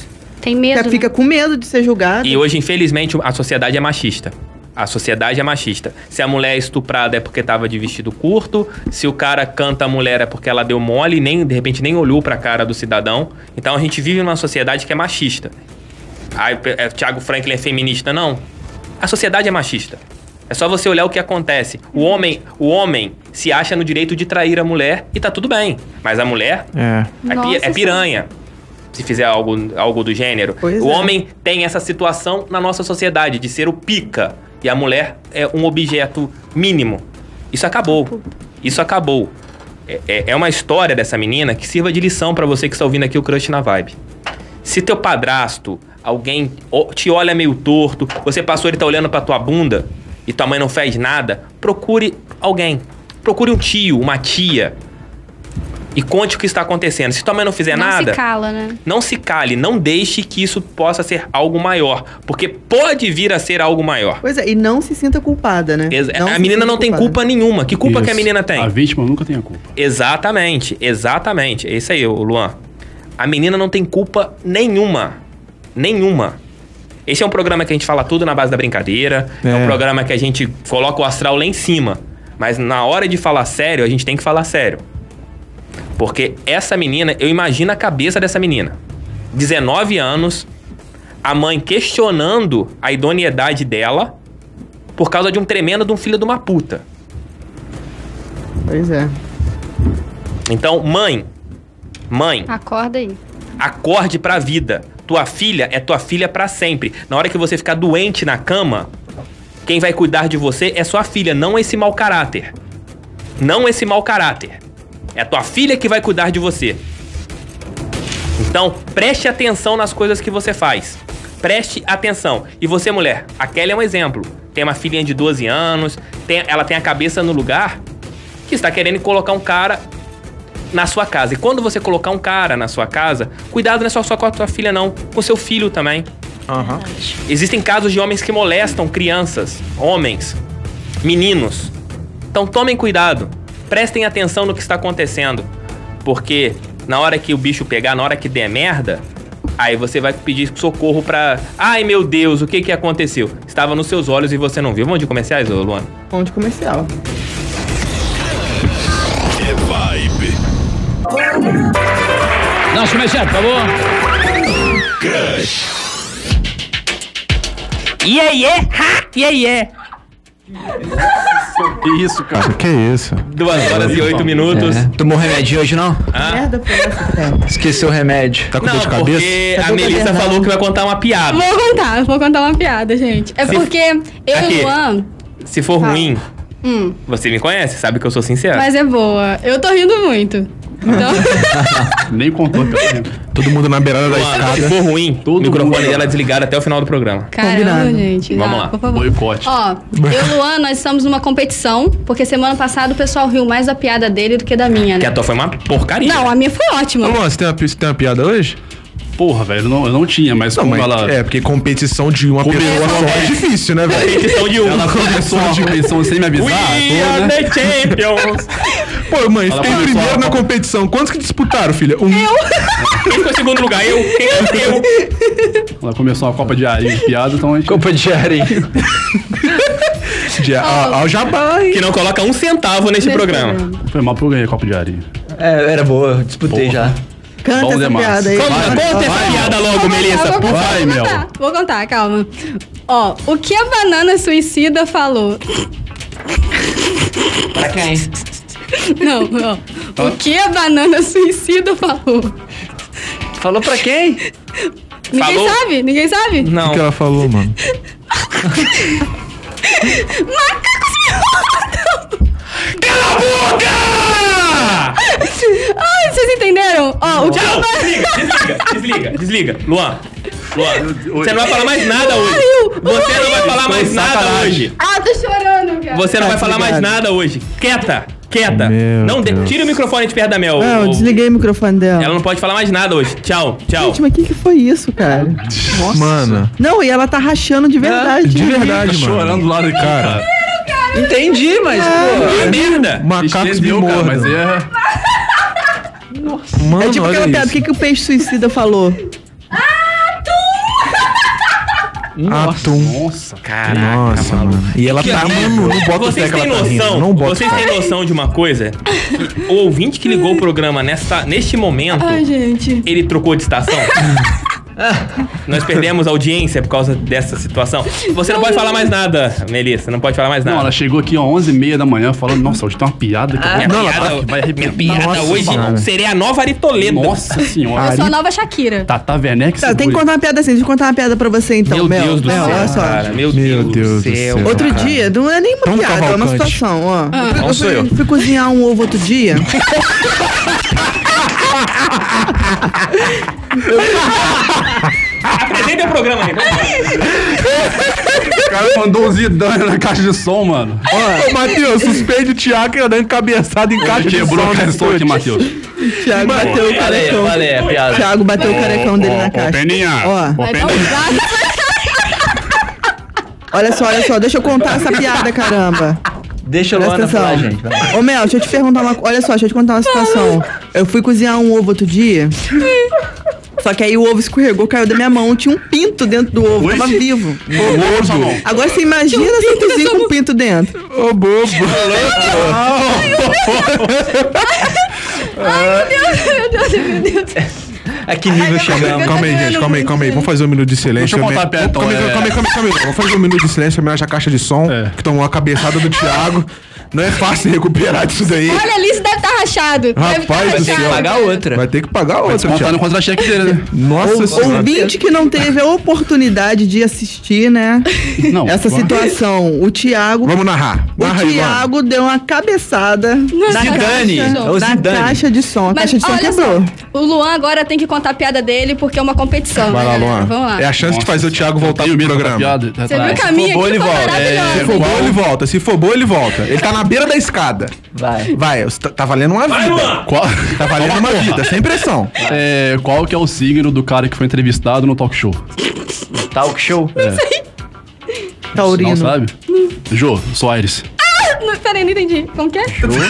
Tem medo. Fica com medo de ser julgada. E hoje, infelizmente, a sociedade é machista. A sociedade é machista. Se a mulher é estuprada é porque tava de vestido curto. Se o cara canta a mulher é porque ela deu mole e de repente nem olhou pra cara do cidadão. Então a gente vive numa sociedade que é machista. Aí Thiago Franklin é feminista? Não. A sociedade é machista. É só você olhar o que acontece. O homem se acha no direito de trair a mulher e tá tudo bem. Mas a mulher é piranha. Se fizer algo do gênero. O homem tem essa situação na nossa sociedade de ser o pica. E a mulher é um objeto mínimo. Isso acabou. Isso acabou. É uma história dessa menina que sirva de lição pra você que está ouvindo aqui o Crush na Vibe. Se teu padrasto, alguém te olha meio torto, você passou, ele tá olhando pra tua bunda e tua mãe não fez nada, procure alguém. Procure um tio, uma tia. E conte o que está acontecendo. Se tua mãe não fizer nada... Não se cala, né? Não se cale. Não deixe que isso possa ser algo maior. Porque pode vir a ser algo maior. Pois é, e não se sinta culpada, né? A menina não tem culpa nenhuma. Que culpa que a menina tem? A vítima nunca tem a culpa. Exatamente. É isso aí, Luan. A menina não tem culpa nenhuma. Nenhuma. Esse é um programa que a gente fala tudo na base da brincadeira. É um programa que a gente coloca o astral lá em cima. Mas na hora de falar sério, a gente tem que falar sério. Porque essa menina, eu imagino a cabeça dessa menina. 19 anos, a mãe questionando a idoneidade dela por causa de um tremendo de um filho de uma puta. Pois é. Então, mãe. Acorda aí. Acorde pra vida. Tua filha é tua filha pra sempre. Na hora que você ficar doente na cama, quem vai cuidar de você é sua filha, não esse mau caráter. Não esse mau caráter. É a tua filha que vai cuidar de você. Então, preste atenção nas coisas que você faz. Preste atenção. E você, mulher, a Kelly é um exemplo. Tem uma filhinha de 12 anos, ela tem a cabeça no lugar que está querendo colocar um cara na sua casa. E quando você colocar um cara na sua casa, cuidado não é só com a tua filha, não. Com seu filho também. Existem casos de homens que molestam crianças, homens, meninos. Então, tomem cuidado. Prestem atenção no que está acontecendo. Porque na hora que o bicho pegar, na hora que der merda, aí você vai pedir socorro pra... Ai, meu Deus, o que aconteceu? Estava nos seus olhos e você não viu. Vamos de comerciais, Luana? Vamos de comercial. É vibe. Nosso comercial, por favor. Crush. Que isso, cara? Que isso? 2 horas e 8 minutos. Tomou remédio hoje, não? Merda foi essa, cara. Esqueceu o remédio. Tá com dor de cabeça? Porque a Melissa falou que vai contar uma piada. Vou contar uma piada, gente. É porque eu e o Luan... Se for ruim, você me conhece, sabe que eu sou sincero. Mas é boa. Eu tô rindo muito. Então... Nem contou pelo tempo. Todo mundo na beirada da escada. Se for ruim, o microfone dela é desligado até o final do programa. Caramba, gente. Vamos lá. Por favor. Boicote. Ó, eu e o Luan, nós estamos numa competição, porque semana passada o pessoal riu mais da piada dele do que da minha, né? Que a tua foi uma porcaria. Não, a minha foi ótima. Ô, Luan, você tem uma piada hoje? Porra, velho, eu não tinha, mas Não, como mas ela... porque competição de uma pessoa só é difícil, né, velho? Competição de um. Ela começou a competição sem me avisar. We are the champions. Pô, mãe, Ela fiquei começou primeiro a- na competição. Quantos que disputaram, filha? Eu. Quem ficou em segundo lugar? Eu. Quem eu? Ela começou uma Copa de Areia de piada, então a gente... Copa de areia. Ao jabá, hein? Que não coloca um centavo nesse programa. Foi mal porque eu ganhei Copa de Areia. Era boa, eu disputei já. Canta Bom essa demais. piada aí. Conta essa piada logo, Melissa. Por favor. Vai, Mel. Vou contar, calma. Ó, o que a banana suicida falou? Pra quem? Não, ó. O que a banana suicida falou? Falou pra quem? Ninguém Falou? sabe? Ninguém sabe? O Não. que ela falou, mano? Macacos me rodam! Cala a boca! Ai, vocês entenderam? Ó, o que a Não, banana... desliga. Luan, você não vai falar mais nada hoje. Caiu. Você não vai falar mais nada hoje. Ah, tô chorando, cara. Você não vai falar mais nada hoje. Quieta. Meu Não, Deus. tira o microfone de perto da Mel. Não, eu desliguei o microfone dela. Ela não pode falar mais nada hoje. Tchau. Gente, mas o que foi isso, cara? Nossa. Mano. Não, e ela tá rachando de verdade. De verdade, mano. Chorando lá do cara. Entendi, mas, pô... Merda. Macacos me Entendeu, cara, mas mordam. é... Mano, É tipo olha aquela piada, isso. o que o peixe suicida falou? Ah, tu Atum. Nossa. Caraca, Nossa, mano. E ela tá, mano, não bota o pé que ela tá rindo. Não bota Vocês têm noção de uma coisa? Que o ouvinte que ligou o programa neste momento, Ai, gente. ele trocou de estação? Nós perdemos audiência por causa dessa situação. Você não pode falar mais nada, Melissa. Não pode falar mais nada. Não, ela chegou aqui às 11h30 da manhã falando, nossa, hoje tem uma piada que Minha piada hoje seria a nova Ari Toledo. Nossa senhora. Eu sou a nova Shakira. Tata Werneck. Tá, tem que contar uma piada assim. Deixa eu contar uma piada pra você então, Meu Mel. Deus do céu, olha só. cara. Meu Deus do céu. Outro dia, não é nem uma piada, é uma situação, ó. Eu fui cozinhar um ovo outro dia. Apresenta o programa aí. O cara mandou um Zidane na caixa de som, mano. Ô, Matheus, suspende o Thiago que ele dando cabeçada em caixa de som. Quebrou a caixa de som aqui, Matheus. Thiago bateu o carecão. Thiago bateu o carecão dele na caixa. Ó. Olha só, deixa eu contar essa piada, caramba. Deixa eu Luana falar, gente. Ô, Mel, deixa eu te perguntar uma coisa. Olha só, deixa eu te contar uma situação. Eu fui cozinhar um ovo outro dia. Só que aí o ovo escorregou, caiu da minha mão. Tinha um pinto dentro do ovo, tava vivo. Agora você imagina você cozinha com um pinto dentro. Ô, bobo. Ai, meu Deus. A que nível chegamos? Calma aí, gente, calma aí. Vamos fazer um minuto de silêncio. Deixa eu contar a piada, então. Calma aí. Vamos fazer um minuto de silêncio, homenagem à caixa de som, que tomou a cabeçada do Thiago. Não é fácil recuperar disso daí. Olha ali, isso deve estar rachado. Rapaz do céu. Vai ter que pagar outra. Vai ter que pagar outra, Contando no contra-cheque dele, né? Nossa senhora. Ouvinte que não teve a oportunidade de assistir, né? Não, essa situação. O Thiago... Vamos narrar. O Thiago deu uma cabeçada na caixa de som. A caixa de som quebrou. O Luan agora tem que contar a piada dele porque é uma competição. Vai lá, Luan. Vamos lá. É a chance de fazer o Thiago voltar pro programa. Você viu que a minha aqui foi maravilhosa. Se for bom, ele volta. Se for bom, ele volta. Ele tá na beira da escada. Vai. Tá valendo uma vida. Tá valendo uma vida, sem pressão. Qual que é o signo do cara que foi entrevistado no talk show? Talk show? Não sei. Taurino. Não sabe? Jô, Soares. Peraí, não entendi. Como que é?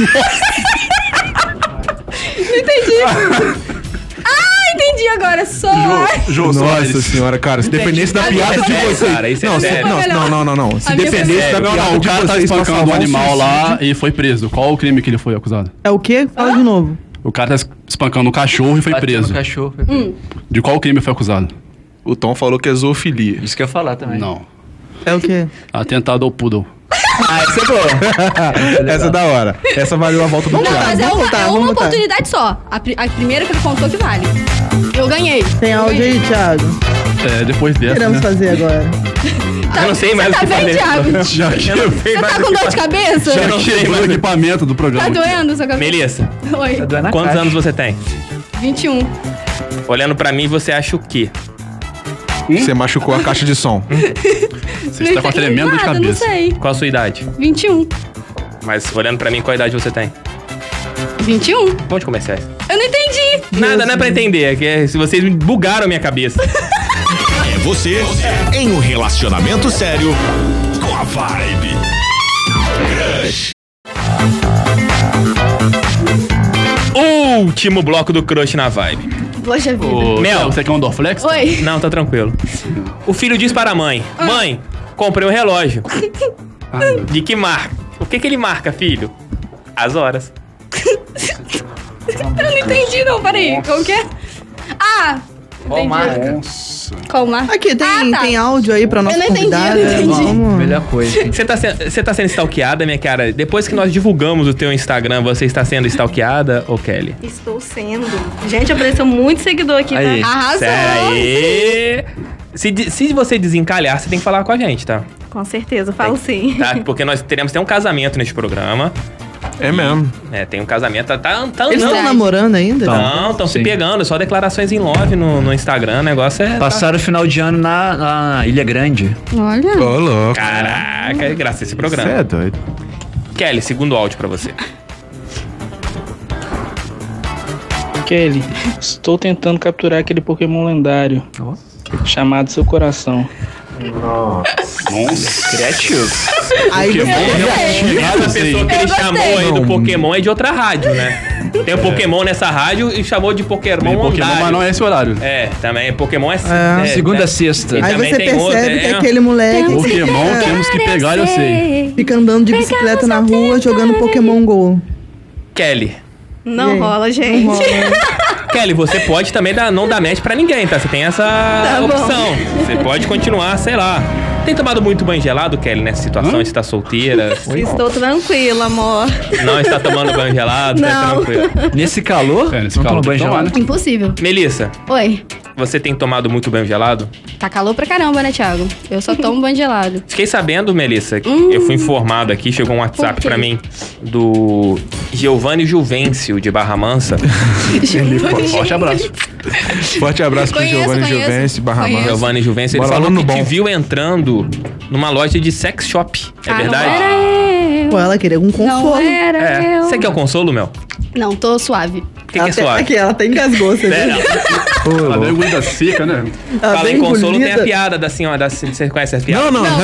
Não entendi. Entendi agora, Jô Soares. Nossa senhora, cara, se dependesse da piada de vocês... Não. Se dependesse da piada de vocês... O cara tá espancando um animal lá e foi preso. Qual o crime que ele foi acusado? É o quê? Fala de novo. O cara tá espancando um cachorro e foi preso. De qual crime foi acusado? O Tom falou que é zoofilia. Isso que eu ia falar também. Não. É o quê? Atentado ao poodle. Essa é boa. Essa é da hora. Essa valeu a volta do Thiago. Mas é uma oportunidade só. A primeira que ele contou que vale. Eu ganhei. Tem áudio aí, Thiago? Depois dessa, queremos fazer agora? Eu não sei mais o que fazer. Você tá com dor de cabeça? Já tirei mais o equipamento do programa. Tá doendo sua cabeça? Melissa. Oi. Quantos anos você tem? 21. Olhando pra mim, você acha o quê? Você machucou a caixa de som. Você está com a tremenda de cabeça. Não sei. Qual a sua idade? 21. Mas olhando pra mim, qual idade você tem? 21. Onde começar? Eu não entendi. Nada, não é pra entender. É que se vocês me bugaram a minha cabeça. É você em um relacionamento sério com a Vibe. Crush. Último bloco do Crush na Vibe. Poxa vida. Mel, você quer um Dorflex? Oi. Não, tá tranquilo. O filho diz para a mãe: Mãe, comprei um relógio. De que marca? O que ele marca, filho? As horas. Eu não entendi, não. Peraí. Como que é? Qual marca? Qual marca? Aqui, tem áudio aí pra nossa convidada. Eu não entendi. Melhor coisa. Você tá sendo stalkeada, minha cara? Depois que nós divulgamos o teu Instagram, você está sendo stalkeada, ô Kelly? Estou sendo. Gente, apareceu muito seguidor aqui, Aí, tá? Arrasou. Aí. Se você desencalhar, você tem que falar com a gente, tá? Com certeza, falo sim. Tá? Porque nós teremos um casamento neste programa. É mesmo. Tem um casamento. Tá Eles estão namorando ainda? Não, estão se pegando. Só declarações em love no Instagram. O negócio é... Passaram o final de ano na Ilha Grande. Olha. Ô, louco. Caraca, graças a esse programa. Você é doido. Kelly, segundo áudio pra você. Kelly, estou tentando capturar aquele Pokémon lendário chamado Seu Coração. Nossa, criativo. Aí Essa pessoa que ele chamou aí do Pokémon é de outra rádio, né? Tem o Pokémon nessa rádio e chamou de Pokémon Pokémon, mas não é esse horário. Também. Pokémon é segunda a sexta. Aí você percebe que aquele moleque... Pokémon temos que pegar, eu sei. Fica andando de bicicleta na rua, jogando Pokémon GO. Kelly. Não rola, gente. Não rola. Kelly, você pode também não dar match pra ninguém, tá? Você tem essa opção. Você pode continuar, sei lá. Tem tomado muito banho gelado, Kelly, nessa situação? Está solteira? Estou tranquila, amor. Não está tomando banho gelado? Não. Tá tranquilo. Nesse calor? Nesse calor banho gelado? Impossível. Melissa. Oi. Você tem tomado muito banho gelado? Tá calor pra caramba, né, Thiago? Eu só tomo banho gelado. Fiquei sabendo, Melissa, eu fui informado aqui, chegou um WhatsApp pra mim do Giovanni Juvencio, de Barra Mansa. Forte abraço. Forte abraço pro Giovanni Juvencio, Barra Mansa. Giovanni Juvencio, ele falou que te viu entrando numa loja de sex shop. É verdade? Não era eu. Pô, ela queria um consolo. Não era eu. Você quer o consolo, Mel? Não, tô suave. O que é suave? Aqui, ela até engasgou, você viu? Ela deu muita seca, né? Fala em consolo, tem a piada da senhora. Você conhece essa piada? Não.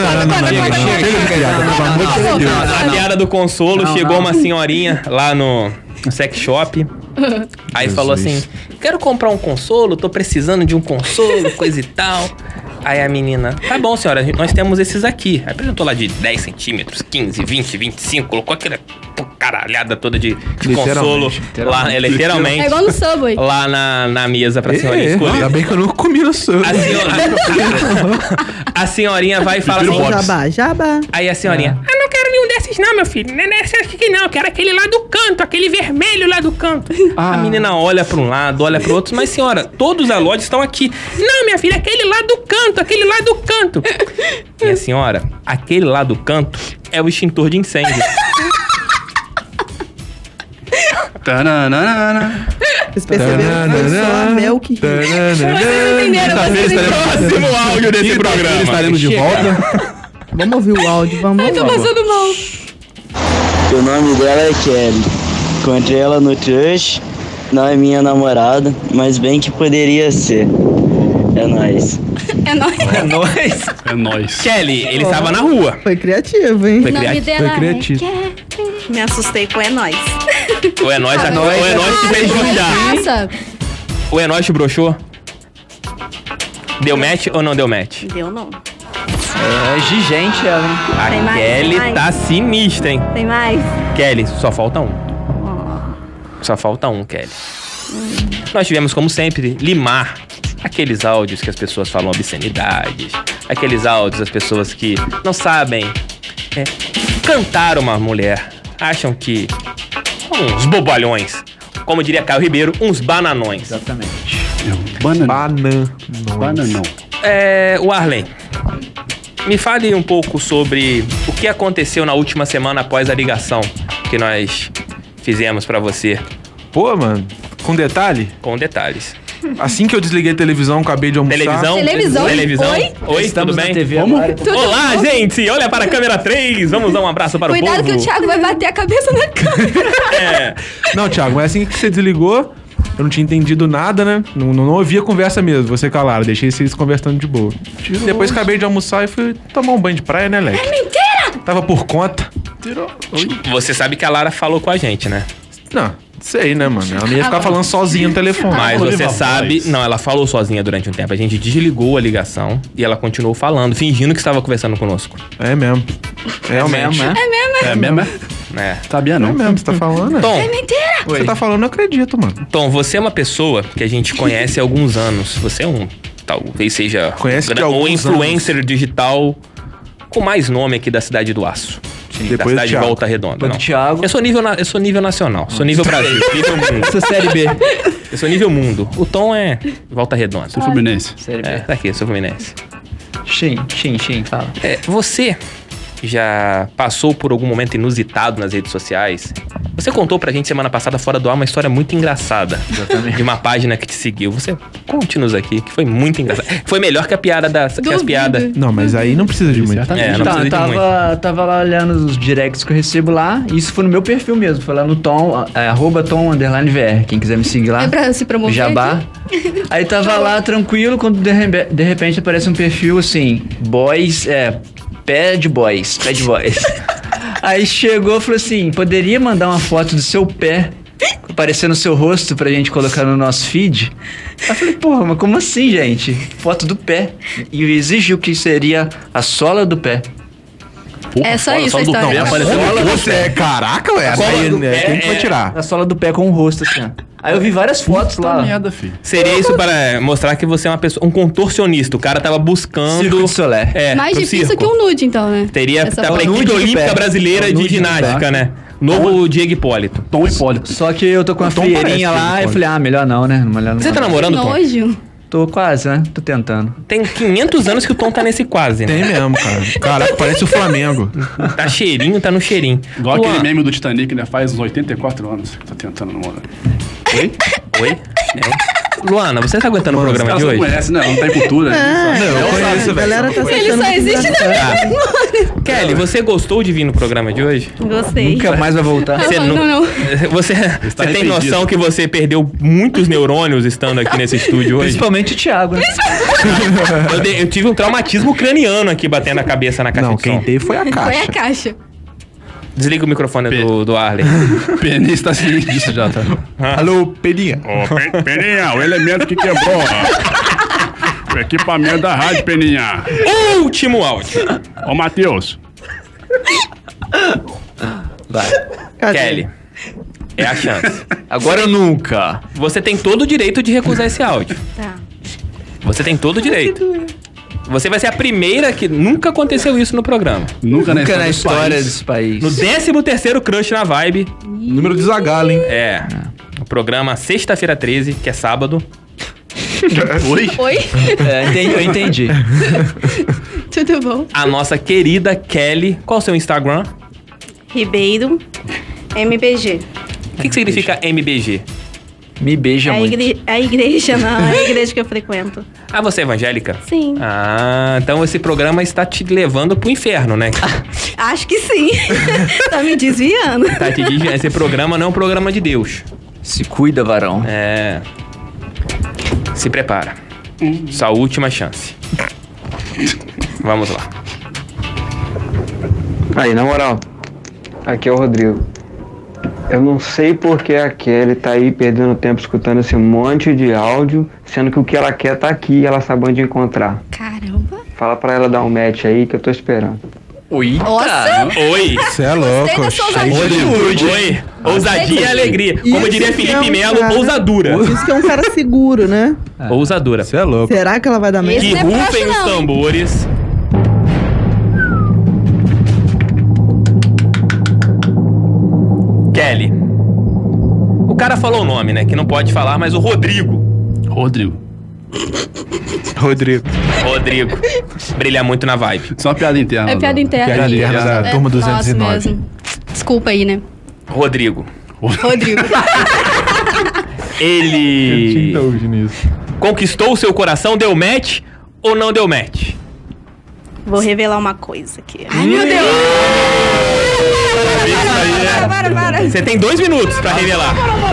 A piada do consolo, chegou uma senhorinha lá no sex shop. Aí falou assim: quero comprar um consolo, tô precisando de um consolo, coisa e tal. Aí a menina, tá bom, senhora, nós temos esses aqui. Aí apresentou lá de 10 centímetros, 15, 20, 25, colocou aquela caralhada toda de consolo lá, literalmente. É igual no Subway. Lá na mesa pra senhorinha escolher. Ainda bem que eu não comi no Subway. A senhorinha vai e fala assim: Jabá. Aí a senhorinha, não quero nenhum desses não, meu filho. Não é esse aqui não, eu quero aquele lá do canto, aquele vermelho lá do canto. A menina olha pra um lado, olha pro outro, mas senhora, todos a loja estão aqui. Não, minha filha, aquele lá do canto, aquele lá do canto. Minha senhora, aquele lá do canto é o extintor de incêndio. Vocês perceberam que foi só a Mel que riu. Vocês entenderam o áudio desse programa. Estaremos de volta. Vamos ouvir o áudio, vamos. Eu tô passando mal. O nome dela é Kelly. Encontrei ela no Crush. Não é minha namorada, mas bem que poderia ser. É nóis. É nóis. É nóis. É nóis. Kelly, ele estava na rua. Foi criativo, hein? Foi criativo. Me assustei com É Nóis. O É Nóis te fez judiar. O É Nóis te broxou? Deu match ou não deu match? Deu não. É exigente ela, hein? A Kelly tá sinistra, hein? Tem mais? Kelly, só falta um. Só falta um, Kelly. Nós tivemos, como sempre, limar aqueles áudios que as pessoas falam obscenidades, aqueles áudios das pessoas que não sabem cantar uma mulher, acham que uns bobalhões, como diria Caio Ribeiro, uns bananões. Exatamente. Bananão. O Arlen, me fale um pouco sobre o que aconteceu na última semana após a ligação que nós fizemos pra você. Pô, mano, com detalhe? Com detalhes. Assim que eu desliguei a televisão, acabei de almoçar. Televisão? Oi, tudo bem? Olá, gente! Olha para a câmera 3. Vamos dar um abraço para o povo. Cuidado que o Thiago vai bater a cabeça na câmera. Não, Thiago, mas assim que você desligou, eu não tinha entendido nada, né? Não ouvi a conversa mesmo, você calado. Deixei vocês conversando de boa. Depois acabei de almoçar e fui tomar um banho de praia, né, Leque? É mentira! Tava por conta. Você sabe que a Lara falou com a gente, né? Não, sei, né, mano? Ela não ia ficar falando sozinha no telefone. Mas você sabe... Não, ela falou sozinha durante um tempo. A gente desligou a ligação e ela continuou falando, fingindo que estava conversando conosco. É mesmo. Realmente. É mesmo? Sabia não. É mesmo, você tá falando? Tom, É mentira! Você tá falando, eu acredito, mano. Tom, você é uma pessoa que a gente conhece há alguns anos. Você é talvez seja um influencer digital com mais nome aqui da Cidade do Aço. Depois da cidade de Volta Redonda. Não. Thiago. Eu sou nível nacional. Sou nível Brasil. Nível mundo. Essa série B. Eu sou nível mundo. O Tom é Volta Redonda. Sou Fluminense. Série B. Tá aqui, sou Fluminense. Fala. Você já passou por algum momento inusitado nas redes sociais? Você contou pra gente semana passada, fora do ar, uma história muito engraçada. Exatamente. De uma página que te seguiu. Você conte-nos aqui, que foi muito engraçado. Foi melhor que a piada que as piadas. Não, mas aí não precisa de muito. Não precisa de muito. Tava lá olhando os directs que eu recebo lá, e isso foi no meu perfil mesmo. Foi lá no Tom, @Tom_VR. Quem quiser me seguir lá. É pra se promover. Jabá. Aí tava lá tranquilo, quando de repente aparece um perfil assim, Bad Boys. Aí chegou e falou assim, poderia mandar uma foto do seu pé aparecendo o seu rosto pra gente colocar no nosso feed. Aí eu falei, porra, mas como assim, gente? Foto do pé. E exigiu que seria a sola do pé. Porra, é só isso a história. Caraca, ué. Quem que vai tirar? A sola do pé com o rosto, assim, ó. Aí eu vi várias fotos lá. Merda, filho. Seria isso para mostrar que você é uma pessoa, um contorcionista. O cara tava buscando... Circo de Solé. Mais difícil que um nude, então, né? Teria pra equipe olímpica brasileira de ginástica, né? Novo Diego Hipólito. Tom Hipólito. Só que eu tô com a frieirinha lá e eu falei, melhor não, né? Melhor não. Você tá namorando, Tom? Nojo. Tô quase, né? Tô tentando. Tem 500 anos que o Tom tá nesse quase, né? Tem mesmo, cara. Caraca, parece o Flamengo. Tá cheirinho, tá no cheirinho. Igual aquele meme do Titanic, né? Faz uns 84 anos que tá tentando namorar. Oi? Luana, você tá aguentando o programa de hoje? Não conhece, não tem cultura. Não, eu conheço, velho. Ele só existe na minha memória. Kelly, você gostou de vir no programa de hoje? Gostei. Nunca mais vai voltar. Não. Você tem noção que você perdeu muitos neurônios estando aqui nesse estúdio hoje? Principalmente o Thiago, né? Eu tive um traumatismo craniano aqui batendo a cabeça na caixa de som. Quem teve foi a caixa. Foi a caixa. Desliga o microfone do Arley. Peninha está ciente disso já, tá? Alô, Peninha. Ô, Peninha, o elemento que quebrou. O equipamento da rádio, Peninha. Último áudio. Ô, Matheus. Vai. Kelly, é a chance. Agora ou nunca. Você tem todo o direito de recusar esse áudio. Tá. Você tem todo o direito. Você vai ser a primeira que nunca aconteceu isso no programa. Nunca na história desse país. No 13º Crush na Vibe. Número de Zagalo, hein? É. O programa Sexta-feira 13, que é sábado. Oi? Eu entendi. Tudo bom? A nossa querida Kelly. Qual o seu Instagram? Ribeiro MBG. O que significa MBG? Me beija muito. A igreja, não. É a igreja que eu frequento. Ah, você é evangélica? Sim. Ah, então esse programa está te levando pro inferno, né? Acho que sim. Tá me desviando. Tá te desviando. Esse programa não é um programa de Deus. Se cuida, varão. É. Se prepara. Sua última chance. Vamos lá. Aí, na moral. Aqui é o Rodrigo. Eu não sei porque a Kelly tá aí perdendo tempo escutando esse monte de áudio, sendo que o que ela quer tá aqui e ela sabe onde encontrar. Caramba. Fala pra ela dar um match aí que eu tô esperando. Oi. Nossa. Oi. Você é louco. Oi. Ousadia e alegria. Como diria Felipe Melo, ousadura. Isso que é um cara seguro, né? Ousadura. Você é louco. Será que ela vai dar mesmo? Que rufem os tambores. Kelly. O cara falou o nome, né? Que não pode falar, mas o Rodrigo. Rodrigo. Brilha muito na vibe. Só uma piada interna. É piada interna. Piada interna da turma 209. Nossa, mesmo. Desculpa aí, né? Rodrigo. Ele conquistou o seu coração, deu match ou não deu match? Vou revelar uma coisa aqui. Ai, meu Deus! Para. Você tem 2 minutos pra revelar.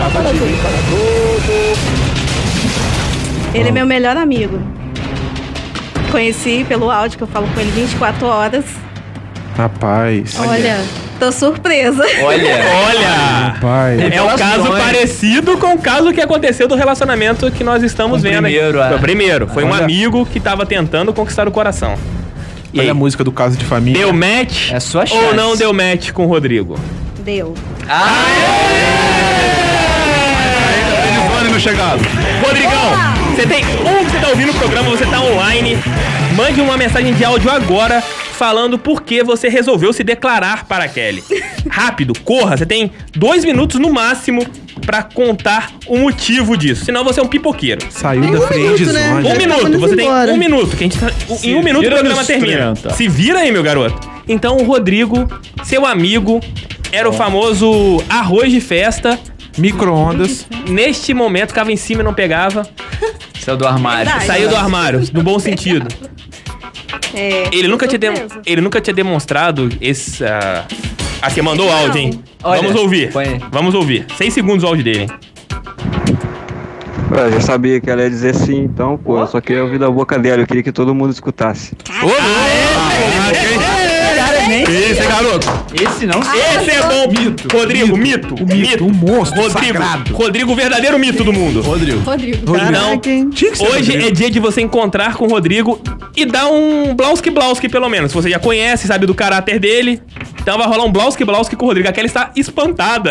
Ele é meu melhor amigo. Conheci pelo áudio que eu falo com ele 24 horas. Rapaz. Olha, tô surpresa. Olha. Rapaz. É um caso parecido com o caso que aconteceu do relacionamento que nós estamos vendo. Foi o primeiro. Foi um amigo que tava tentando conquistar o coração. E olha a música do caso de família. Deu match é sua chance. Ou não deu match com o Rodrigo? Deu. Meu chegado. Rodrigão, você tem você tá ouvindo o programa, você tá online, mande uma mensagem de áudio agora falando por que você resolveu se declarar para a Kelly. Rápido, corra, você tem 2 minutos no máximo pra contar o motivo disso, senão você é um pipoqueiro. Saiu da friend zone. Né? 1 minuto, você tem 1 minuto, que a gente tá, em 1 minuto o programa termina. Se vira aí, meu garoto. Então o Rodrigo, seu amigo, era o famoso arroz de festa. Micro-ondas. Neste momento, ficava em cima e não pegava. Saiu do armário. Saiu do armário, no bom sentido. Ele nunca tinha demonstrado esse... Aqui, mandou o áudio, hein? Olha, Vamos ouvir. 6 segundos o áudio dele, hein? Eu já sabia que ela ia dizer sim, então, pô, eu só queria ouvir da boca dela, eu queria que todo mundo escutasse. Cara, nem Esse é garoto. Esse não sei. Esse é bom. Mito. Rodrigo, mito. Um monstro sagrado. Rodrigo, o verdadeiro mito do mundo. Rodrigo. Então, Tinha que ser hoje Rodrigo. é dia de você encontrar com o Rodrigo e dar um blauski pelo menos. Se você já conhece, sabe do caráter dele. Então vai rolar um blauski com o Rodrigo. A Kelly está espantada.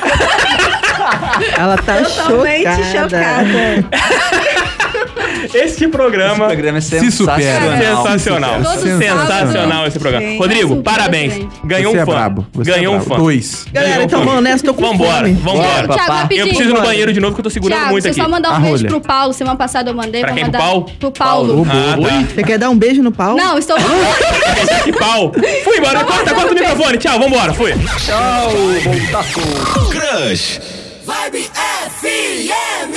Ela tá Totalmente chocada. Este programa é Se supera. sensacional. Todo Sensacional sábado. esse programa. Gente, Rodrigo, super parabéns. gente. Ganhou Você um é fã. brabo. Você Ganhou é um brabo. fã. 2. Galera, então vamos nessa, tô com Vambora, fome. vambora. Thiago, rapidinho. Eu preciso ir no banheiro de novo que eu tô segurando Thiago, muito deixa aqui. eu só mandar um A beijo rolha. pro Paulo. Semana passada eu mandei. Pra vou quem, pro mandar Paulo? Pro Paulo. Ah, tá. Você quer dar um beijo no pau? Não, estou... Que pau. Fui embora. Corta o microfone. Tchau, vambora. Fui. Crush. Vibe FM.